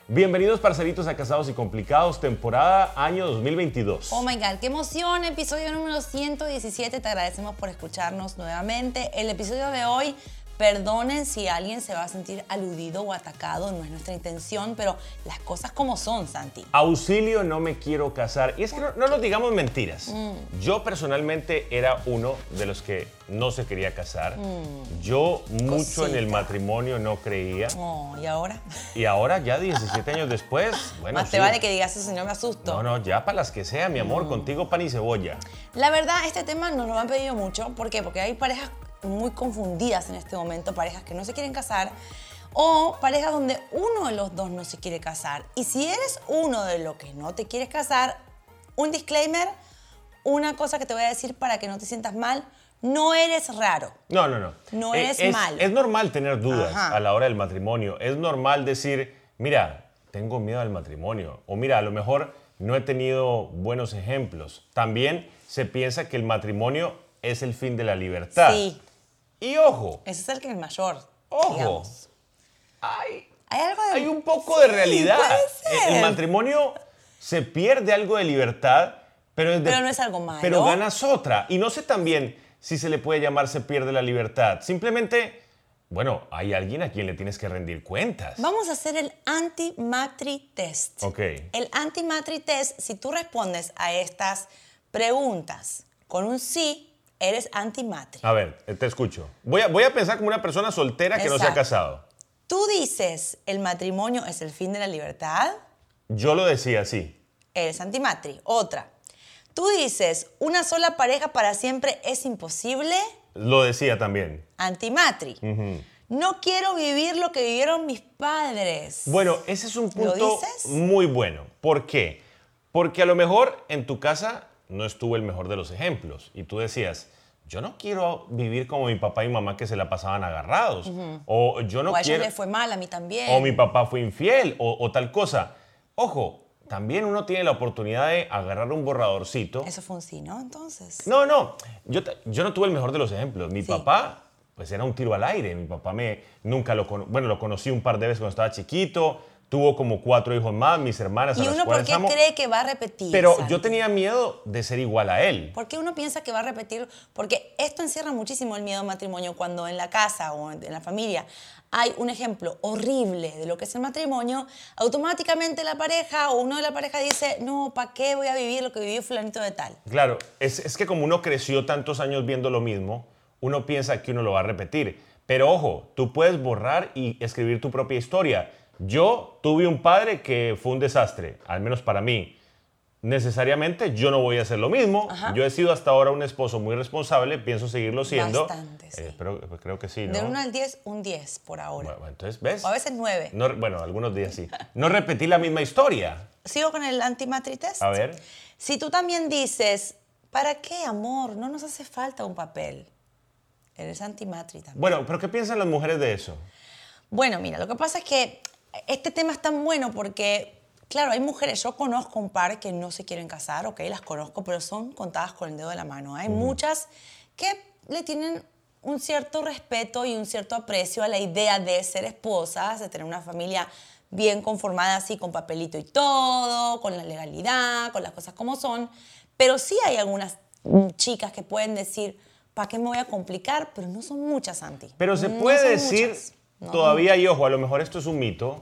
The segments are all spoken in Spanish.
Bienvenidos, parceritos, a Casados y Complicados, temporada año 2022. Oh my God, qué emoción, episodio número 117, te agradecemos por escucharnos nuevamente. El episodio de hoy, perdonen si alguien se va a sentir aludido o atacado, no es nuestra intención, pero las cosas como son, Santi. Auxilio, no me quiero casar. Y es que no nos digamos mentiras. Yo personalmente era uno de los que no se quería casar. Yo mucho en el matrimonio no creía. Oh, ¿y ahora? Y ahora, ya 17 años después, bueno, Más te vale que digas eso, si no me asusto. No, ya para las que sea, mi amor, contigo pan y cebolla. La verdad, este tema nos lo han pedido mucho. ¿Por qué? Porque hay parejas muy confundidas en este momento, parejas que no se quieren casar o parejas donde uno de los dos no se quiere casar. Y si eres uno de los que no te quieres casar, un disclaimer, una cosa que te voy a decir para que no te sientas mal, no eres raro. No. No eres malo. Es normal tener dudas Ajá. a la hora del matrimonio. Es normal decir, mira, tengo miedo al matrimonio. O mira, a lo mejor no he tenido buenos ejemplos. También se piensa que el matrimonio es el fin de la libertad. Sí. Y ojo. Ese es el que es mayor. Ojo. Digamos. Hay algo de... un poco de realidad. Puede ser. El matrimonio se pierde algo de libertad, pero no es algo malo. Pero ganas otra. Y no sé también si se le puede llamar se pierde la libertad. Simplemente, bueno, hay alguien a quien le tienes que rendir cuentas. Vamos a hacer el anti-matri test. Ok. El anti-matri test, si tú respondes a estas preguntas con un sí, eres anti-matri. A ver, te escucho. Voy a pensar como una persona soltera que no se ha Exacto. casado. Tú dices, el matrimonio es el fin de la libertad, Yo lo decía así. eres anti-matri. Otra, tú dices, una sola pareja para siempre es imposible, Lo decía también. anti-matri. No quiero vivir lo que vivieron mis padres. Bueno, ese es un punto dices? muy bueno. ¿Por qué? Porque a lo mejor en tu casa no estuvo el mejor de los ejemplos. Y tú decías, yo no quiero vivir como mi papá y mamá que se la pasaban agarrados. O yo no o a ellos quiero... les fue mal, a mí también. O mi papá fue infiel, o tal cosa. Ojo, también uno tiene la oportunidad de agarrar un borradorcito. Eso fue un sí, ¿no? Entonces. No, yo no tuve el mejor de los ejemplos. Mi papá, pues era un tiro al aire. Mi papá nunca lo conocí un par de veces cuando estaba chiquito. Tuvo como 4 hijos más, mis hermanas. ¿Y a las uno por cuales qué amo. cree que va a repetir? Pero Santi? yo tenía miedo de ser igual a él. ¿Por qué uno piensa que va a repetir? Porque esto encierra muchísimo el miedo al matrimonio. Cuando en la casa o en la familia hay un ejemplo horrible de lo que es el matrimonio, automáticamente la pareja o uno de la pareja dice, no, ¿para qué voy a vivir lo que vivió fulanito de tal? Claro, es que como uno creció tantos años viendo lo mismo, uno piensa que uno lo va a repetir. Pero ojo, tú puedes borrar y escribir tu propia historia. Yo tuve un padre que fue un desastre, al menos para mí. Necesariamente yo no voy a hacer lo mismo. Ajá. Yo he sido hasta ahora un esposo muy responsable, pienso seguirlo siendo. Bastante, sí. Pero creo que sí, ¿no? De 1 al 10, un 10 por ahora. Bueno, entonces, ¿ves? O a veces 9. No, bueno, algunos días sí. No repetí la misma historia. Sigo con el anti-matri test. A ver. Si tú también dices, ¿para qué, amor? No nos hace falta un papel. Eres anti-matri también. Bueno, pero ¿qué piensan las mujeres de eso? Bueno, mira, lo que pasa es que este tema es tan bueno porque, claro, hay mujeres, yo conozco un par que no se quieren casar, ok, las conozco, pero son contadas con el dedo de la mano. Hay muchas que le tienen un cierto respeto y un cierto aprecio a la idea de ser esposas, de tener una familia bien conformada así, con papelito y todo, con la legalidad, con las cosas como son. Pero sí hay algunas chicas que pueden decir, ¿para qué me voy a complicar? Pero no son muchas, Santi. Pero se No puede son decir muchas. No. todavía, y ojo, a lo mejor esto es un mito,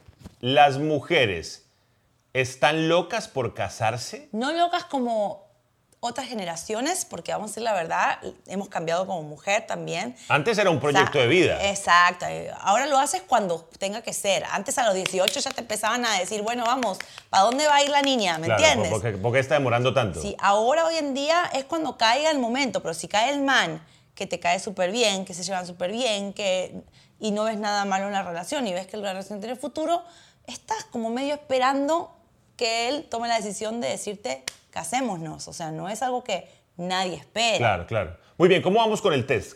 las mujeres están locas por casarse. No locas como otras generaciones, porque vamos a decir la verdad, hemos cambiado como mujer también. Antes era un proyecto de vida. Exacto. Ahora lo haces cuando tenga que ser. Antes a los 18 ya te empezaban a decir, bueno, vamos, ¿para dónde va a ir la niña? ¿Me Claro, entiendes? ¿por qué está demorando tanto? Sí, ahora hoy en día es cuando caiga el momento, pero si cae el man que te cae súper bien, que se llevan súper bien, y no ves nada malo en la relación y ves que la relación tiene futuro, estás como medio esperando que él tome la decisión de decirte, casémonos. O sea, no es algo que nadie espera. Claro, claro. Muy bien, ¿cómo vamos con el test?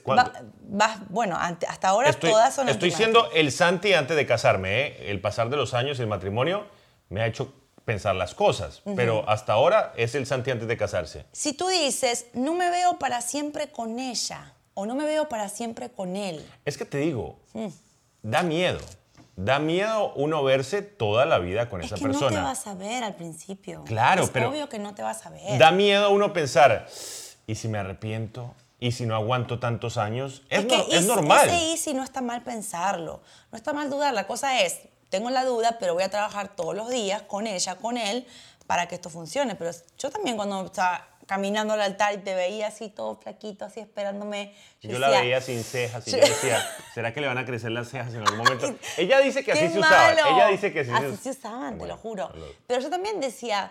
Bueno, hasta ahora todas son Estoy anti-matri. siendo el Santi antes de casarme, ¿eh? El pasar de los años y el matrimonio me ha hecho pensar las cosas, pero hasta ahora es el Santi antes de casarse. Si tú dices, no me veo para siempre con ella o no me veo para siempre con él. Es que te digo, da miedo. Da miedo uno verse toda la vida con esa Es que persona. no te vas a ver al principio. Claro, es pero obvio que no te vas a ver. Da miedo uno pensar, ¿y si me arrepiento? ¿Y si no aguanto tantos años? Es normal. Ese easy no está mal pensarlo, no está mal dudar. La cosa es, tengo la duda, pero voy a trabajar todos los días con ella, con él, para que esto funcione. Pero yo también cuando estaba caminando al altar y te veía así todo flaquito, así esperándome. Yo la veía sin cejas y yo decía, ¿será que le van a crecer las cejas en algún momento? Ella dice que así se usaban. Ella dice que así se usaban, te lo juro. Pero yo también decía,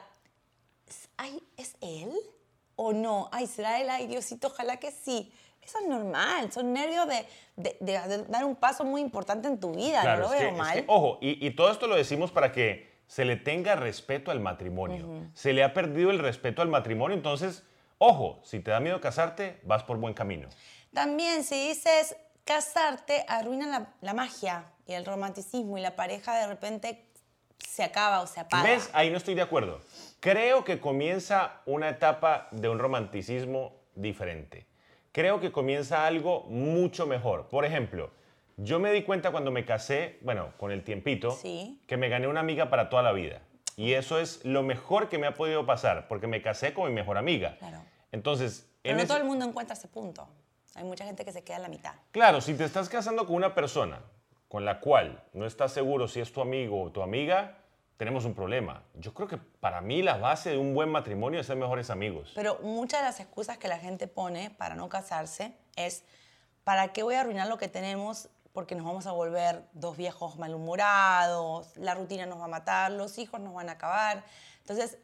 ay, ¿es él o no? Ay, ¿será él? Ay, Diosito, ojalá que sí. Eso es normal, son nervios de dar un paso muy importante en tu vida, Claro, no lo veo mal. Ojo, y todo esto lo decimos para que se le tenga respeto al matrimonio. Se le ha perdido el respeto al matrimonio, entonces, ojo, si te da miedo casarte, vas por buen camino. También, si dices casarte, arruina la magia y el romanticismo y la pareja de repente se acaba o se apaga. ¿Ves? Ahí no estoy de acuerdo. Creo que comienza una etapa de un romanticismo diferente. Creo que comienza algo mucho mejor. Por ejemplo, yo me di cuenta cuando me casé, bueno, con el tiempito, Sí. que me gané una amiga para toda la vida. Y eso es lo mejor que me ha podido pasar, porque me casé con mi mejor amiga. Claro. Entonces, Pero no todo el mundo encuentra ese punto. Hay mucha gente que se queda en la mitad. Claro, si te estás casando con una persona con la cual no estás seguro si es tu amigo o tu amiga, tenemos un problema. Yo creo que para mí la base de un buen matrimonio es ser mejores amigos. Pero muchas de las excusas que la gente pone para no casarse es, ¿para qué voy a arruinar lo que tenemos? Porque nos vamos a volver dos viejos malhumorados, la rutina nos va a matar, los hijos nos van a acabar. Entonces,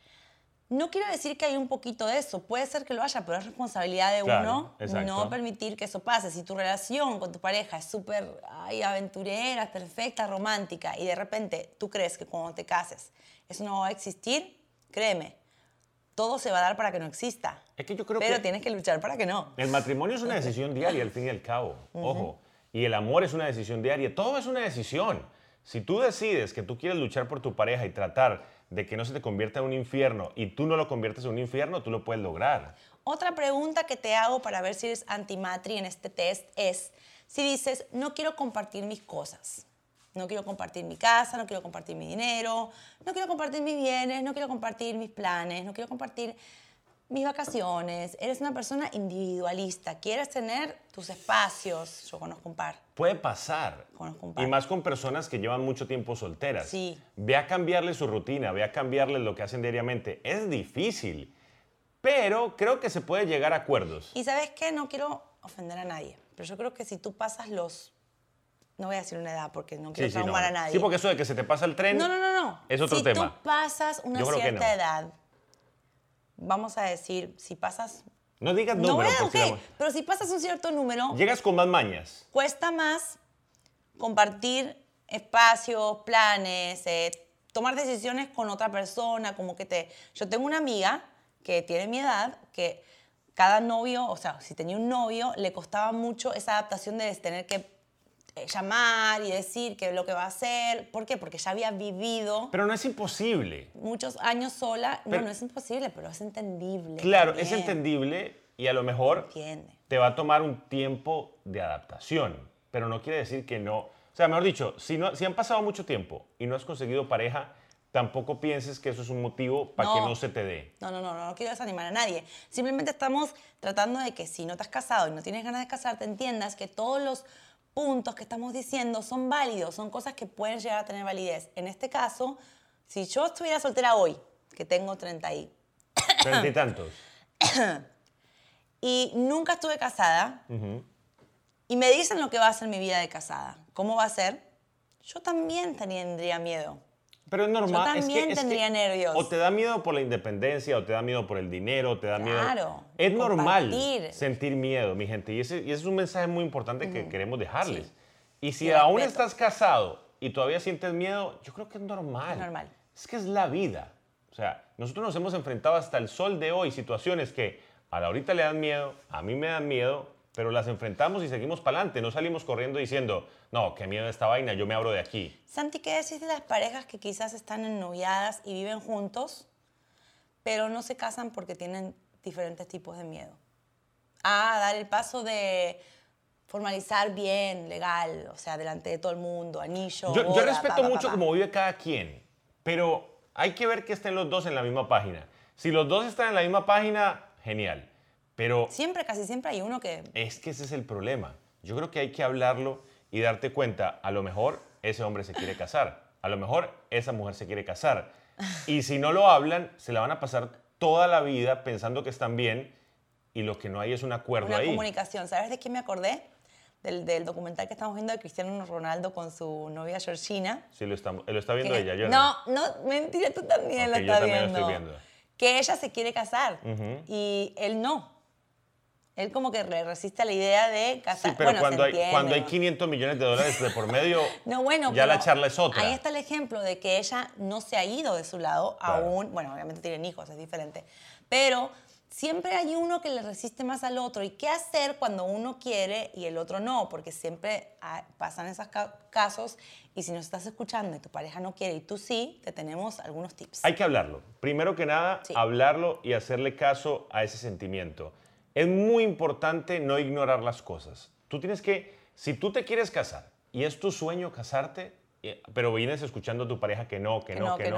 no quiero decir que hay un poquito de eso, puede ser que lo haya, pero es responsabilidad de uno no permitir que eso pase. Si tu relación con tu pareja es súper aventurera, es perfecta, romántica, y de repente tú crees que cuando te cases eso no va a existir, créeme, todo se va a dar para que no exista. Es que yo creo pero que tienes que luchar para que no. el matrimonio es una decisión diaria, al fin y al cabo. Ojo. Y el amor es una decisión diaria. Todo es una decisión. Si tú decides que tú quieres luchar por tu pareja y tratar de que no se te convierta en un infierno y tú no lo conviertes en un infierno, tú lo puedes lograr. Otra pregunta que te hago para ver si eres antimatri en este test es si dices, no quiero compartir mis cosas. No quiero compartir mi casa, no quiero compartir mi dinero, no quiero compartir mis bienes, no quiero compartir mis planes, no quiero compartir mis vacaciones. Eres una persona individualista, quieres tener tus espacios. Yo conozco un par. Puede pasar. Conozco un par. Y más con personas que llevan mucho tiempo solteras. Sí. Ve a cambiarle su rutina, ve a cambiarle lo que hacen diariamente. Es difícil, pero creo que se puede llegar a acuerdos. Y ¿sabes qué? No quiero ofender a nadie, pero yo creo que si tú pasas los... No voy a decir una edad porque no quiero traumar a nadie. Sí, porque eso de que se te pasa el tren No. es otro tema. Si tú pasas una cierta edad, vamos a decir, si pasas... No digas número. Pero si pasas un cierto número... Llegas con más mañas. Cuesta más compartir espacios, planes, tomar decisiones con otra persona, como que te... Yo tengo una amiga que tiene mi edad, que cada novio, o sea, si tenía un novio, le costaba mucho esa adaptación de tener que llamar y decir que lo que va a hacer. ¿Por qué? Porque ya había vivido... Pero no es imposible. Muchos años sola. No es imposible, pero es entendible. Claro, también. es entendible y a lo mejor te va a tomar un tiempo de adaptación, pero no quiere decir que no... O sea, mejor dicho, si han pasado mucho tiempo y no has conseguido pareja, tampoco pienses que eso es un motivo para que no se te dé. No quiero desanimar a nadie. Simplemente estamos tratando de que si no te has casado y no tienes ganas de casarte, entiendas que todos los puntos que estamos diciendo son válidos, son cosas que pueden llegar a tener validez. En este caso, si yo estuviera soltera hoy, que tengo 30 y tantos, y nunca estuve casada, y me dicen lo que va a ser mi vida de casada, cómo va a ser, yo también tendría miedo. Pero es normal. Yo también tendría nervios. O te da miedo por la independencia, o te da miedo por el dinero, o te da miedo... Claro. Es normal sentir miedo, mi gente. Y ese es un mensaje muy importante que queremos dejarles. Sí. Y si aún estás casado y todavía sientes miedo, yo creo que es normal. Es normal. Es que es la vida. O sea, nosotros nos hemos enfrentado hasta el sol de hoy situaciones que a la ahorita le dan miedo, a mí me dan miedo, pero las enfrentamos y seguimos para adelante. No salimos corriendo diciendo, no, qué miedo esta vaina, yo me abro de aquí. Santi, ¿qué decís de las parejas que quizás están ennoviadas y viven juntos, pero no se casan porque tienen diferentes tipos de miedo? A dar el paso de formalizar bien, legal, o sea, delante de todo el mundo, anillo, Yo boda, respeto pa, pa, mucho pa, pa. cómo vive cada quien, pero hay que ver que estén los dos en la misma página. Si los dos están en la misma página, genial. Pero Siempre, casi siempre hay uno que... es que ese es el problema. Yo creo que hay que hablarlo y darte cuenta, a lo mejor ese hombre se quiere casar, a lo mejor esa mujer se quiere casar. Y si no lo hablan, se la van a pasar toda la vida pensando que están bien y lo que no hay es un acuerdo Una ahí. comunicación. ¿Sabes de qué me acordé? Del documental que estamos viendo de Cristiano Ronaldo con su novia Georgina. Sí, lo está viendo Que- ella, yo no, mentira, tú también Ok, lo yo estás también lo viendo. estoy viendo. Que ella se quiere casar y él no. Él como que le resiste a la idea de casar. Sí, pero bueno, cuando se hay, entiende, cuando hay ¿no? 500 millones de dólares de por medio, No, bueno, ya la pero charla es otra. Ahí está el ejemplo de que ella no se ha ido de su lado Claro. aún. Bueno, obviamente tienen hijos, es diferente. Pero siempre hay uno que le resiste más al otro. ¿Y qué hacer cuando uno quiere y el otro no? Porque siempre pasan esos casos. Y si nos estás escuchando y tu pareja no quiere y tú sí, te tenemos algunos tips. Hay que hablarlo. Primero que nada, Sí. hablarlo y hacerle caso a ese sentimiento. Es muy importante no ignorar las cosas. Tú tienes que, si tú te quieres casar y es tu sueño casarte, pero vienes escuchando a tu pareja que no,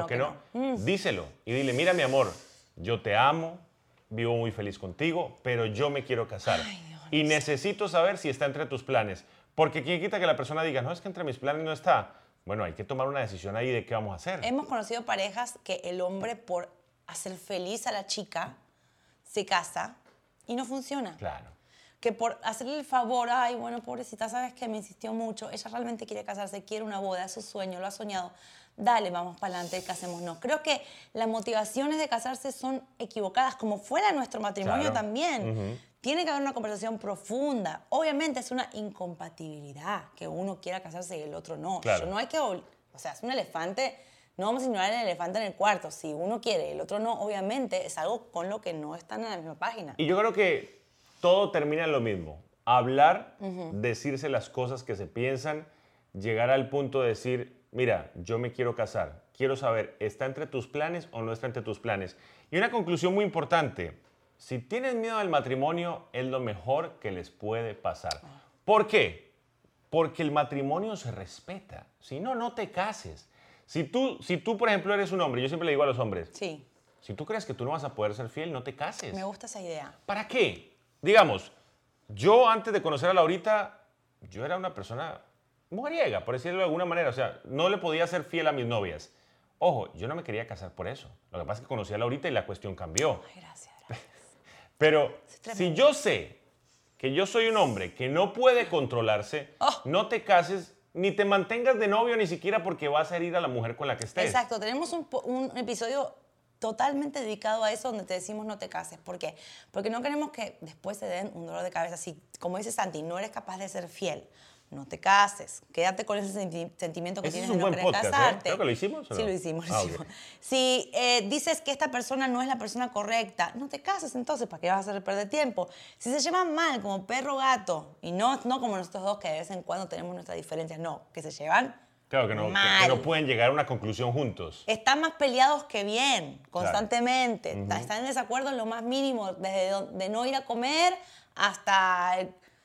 díselo y dile, mira mi amor, yo te amo, vivo muy feliz contigo, pero yo me quiero casar. Ay, Dios. Y necesito saber si está entre tus planes. Porque quién quita que la persona diga, no, es que entre mis planes no está. Bueno, hay que tomar una decisión ahí de qué vamos a hacer. Hemos conocido parejas que el hombre, por hacer feliz a la chica, se casa y no funciona. Claro. Que por hacerle el favor, ay, bueno, pobrecita, sabes que me insistió mucho, ella realmente quiere casarse, quiere una boda, es su sueño, lo ha soñado. Dale, vamos para adelante, casémonos. Creo que las motivaciones de casarse son equivocadas, como fuera nuestro matrimonio Claro. también. Tiene que haber una conversación profunda. Obviamente es una incompatibilidad que uno quiera casarse y el otro no. Claro. No hay que... O sea, es un elefante... No vamos a ignorar el elefante en el cuarto. Si uno quiere y el otro no, obviamente es algo con lo que no están en la misma página. Y yo creo que todo termina en lo mismo. Hablar, decirse las cosas que se piensan, llegar al punto de decir, mira, yo me quiero casar. Quiero saber, ¿está entre tus planes o no está entre tus planes? Y una conclusión muy importante. Si tienes miedo al matrimonio, es lo mejor que les puede pasar. ¿Por qué? Porque el matrimonio se respeta. Si no, no te cases. Si tú, por ejemplo, eres un hombre, yo siempre le digo a los hombres, Sí, si tú crees que tú no vas a poder ser fiel, no te cases. me gusta esa idea. ¿Para qué? Digamos, yo antes de conocer a Laurita, yo era una persona mujeriega, por decirlo de alguna manera. O sea, no le podía ser fiel a mis novias. Ojo, yo no me quería casar por eso. Lo que pasa es que conocí a Laurita y la cuestión cambió. Ay, gracias, gracias. Pero Es tremendo. si yo sé que yo soy un hombre que no puede controlarse, Oh. no te cases ni te mantengas de novio ni siquiera porque vas a herir a la mujer con la que estés. Exacto, tenemos un episodio totalmente dedicado a eso donde te decimos no te cases. ¿Por qué? Porque no queremos que después se den un dolor de cabeza. Si, como dice Santi, no eres capaz de ser fiel, no te cases. Quédate con ese sentimiento que Ese es tienes un de no buen querer podcast, ¿eh? casarte. Creo que lo hicimos, ¿o Sí, no? lo hicimos. Ah, ok. Si dices que esta persona no es la persona correcta, no te cases entonces, ¿para qué vas a hacer perder tiempo? Si se llevan mal, como perro gato, y no como nosotros dos que de vez en cuando tenemos nuestras diferencias, no, que se llevan Claro, que no mal. pueden llegar a una conclusión juntos. Están más peleados que bien, constantemente. Están en desacuerdo en lo más mínimo, desde de no ir a comer hasta,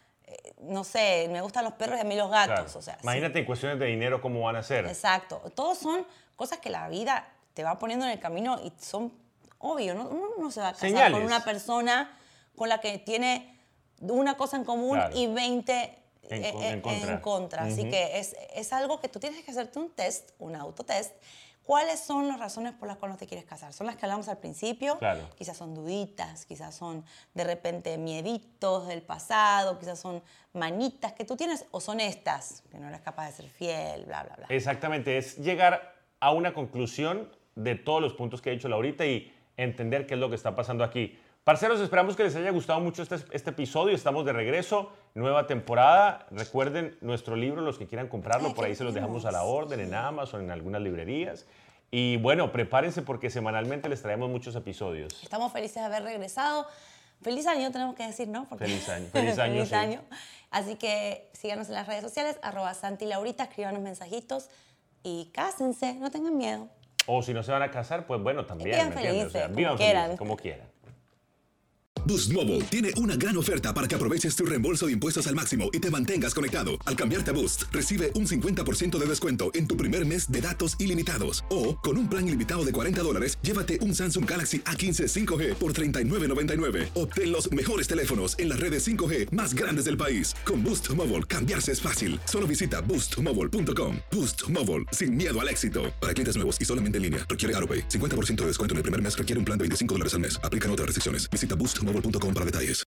no sé, me gustan los perros y a mí los gatos. Claro. O sea, sí. Imagínate en cuestiones de dinero cómo van a ser. Exacto. Todos son cosas que la vida te va poniendo en el camino y son obvio, ¿no? Uno no se va a casar Señales. con una persona con la que tiene una cosa en común Claro. y 20 En contra. Así que es algo que tú tienes que hacerte un test, un autotest. ¿Cuáles son las razones por las cuales no te quieres casar? Son las que hablamos al principio. Claro. Quizás son duditas, quizás son de repente mieditos del pasado, quizás son manitas que tú tienes, o son estas, que no eres capaz de ser fiel, bla, bla, bla. Exactamente, es llegar a una conclusión de todos los puntos que ha dicho Laurita y entender qué es lo que está pasando aquí. Parceros, esperamos que les haya gustado mucho este episodio. Estamos de regreso, nueva temporada. Recuerden nuestro libro, los que quieran comprarlo, Ay, por ahí qué se los dejamos a la hermoso. orden en Amazon, en algunas librerías. Y bueno, prepárense porque semanalmente les traemos muchos episodios. Estamos felices de haber regresado. Feliz año, tenemos que decir, ¿no? Porque Feliz año, feliz año, Feliz sí. año. Así que síganos en las redes sociales, @SantiLaurita, escríbanos mensajitos y cásense, no tengan miedo. O si no se van a casar, pues bueno, también. Vivan ¿me entiendes? felices, como vivan quieran. felices, como quieran. Boost Mobile tiene una gran oferta para que aproveches tu reembolso de impuestos al máximo y te mantengas conectado. Al cambiarte a Boost, recibe un 50% de descuento en tu primer mes de datos ilimitados. O, con un plan ilimitado de $40, llévate un Samsung Galaxy A15 5G por $39.99. Obtén los mejores teléfonos en las redes 5G más grandes del país. Con Boost Mobile, cambiarse es fácil. Solo visita boostmobile.com. Boost Mobile, sin miedo al éxito. Para clientes nuevos y solamente en línea, requiere AutoPay. 50% de descuento en el primer mes requiere un plan de $25 al mes. Aplican otras restricciones. Visita boostmobile.com para detalles.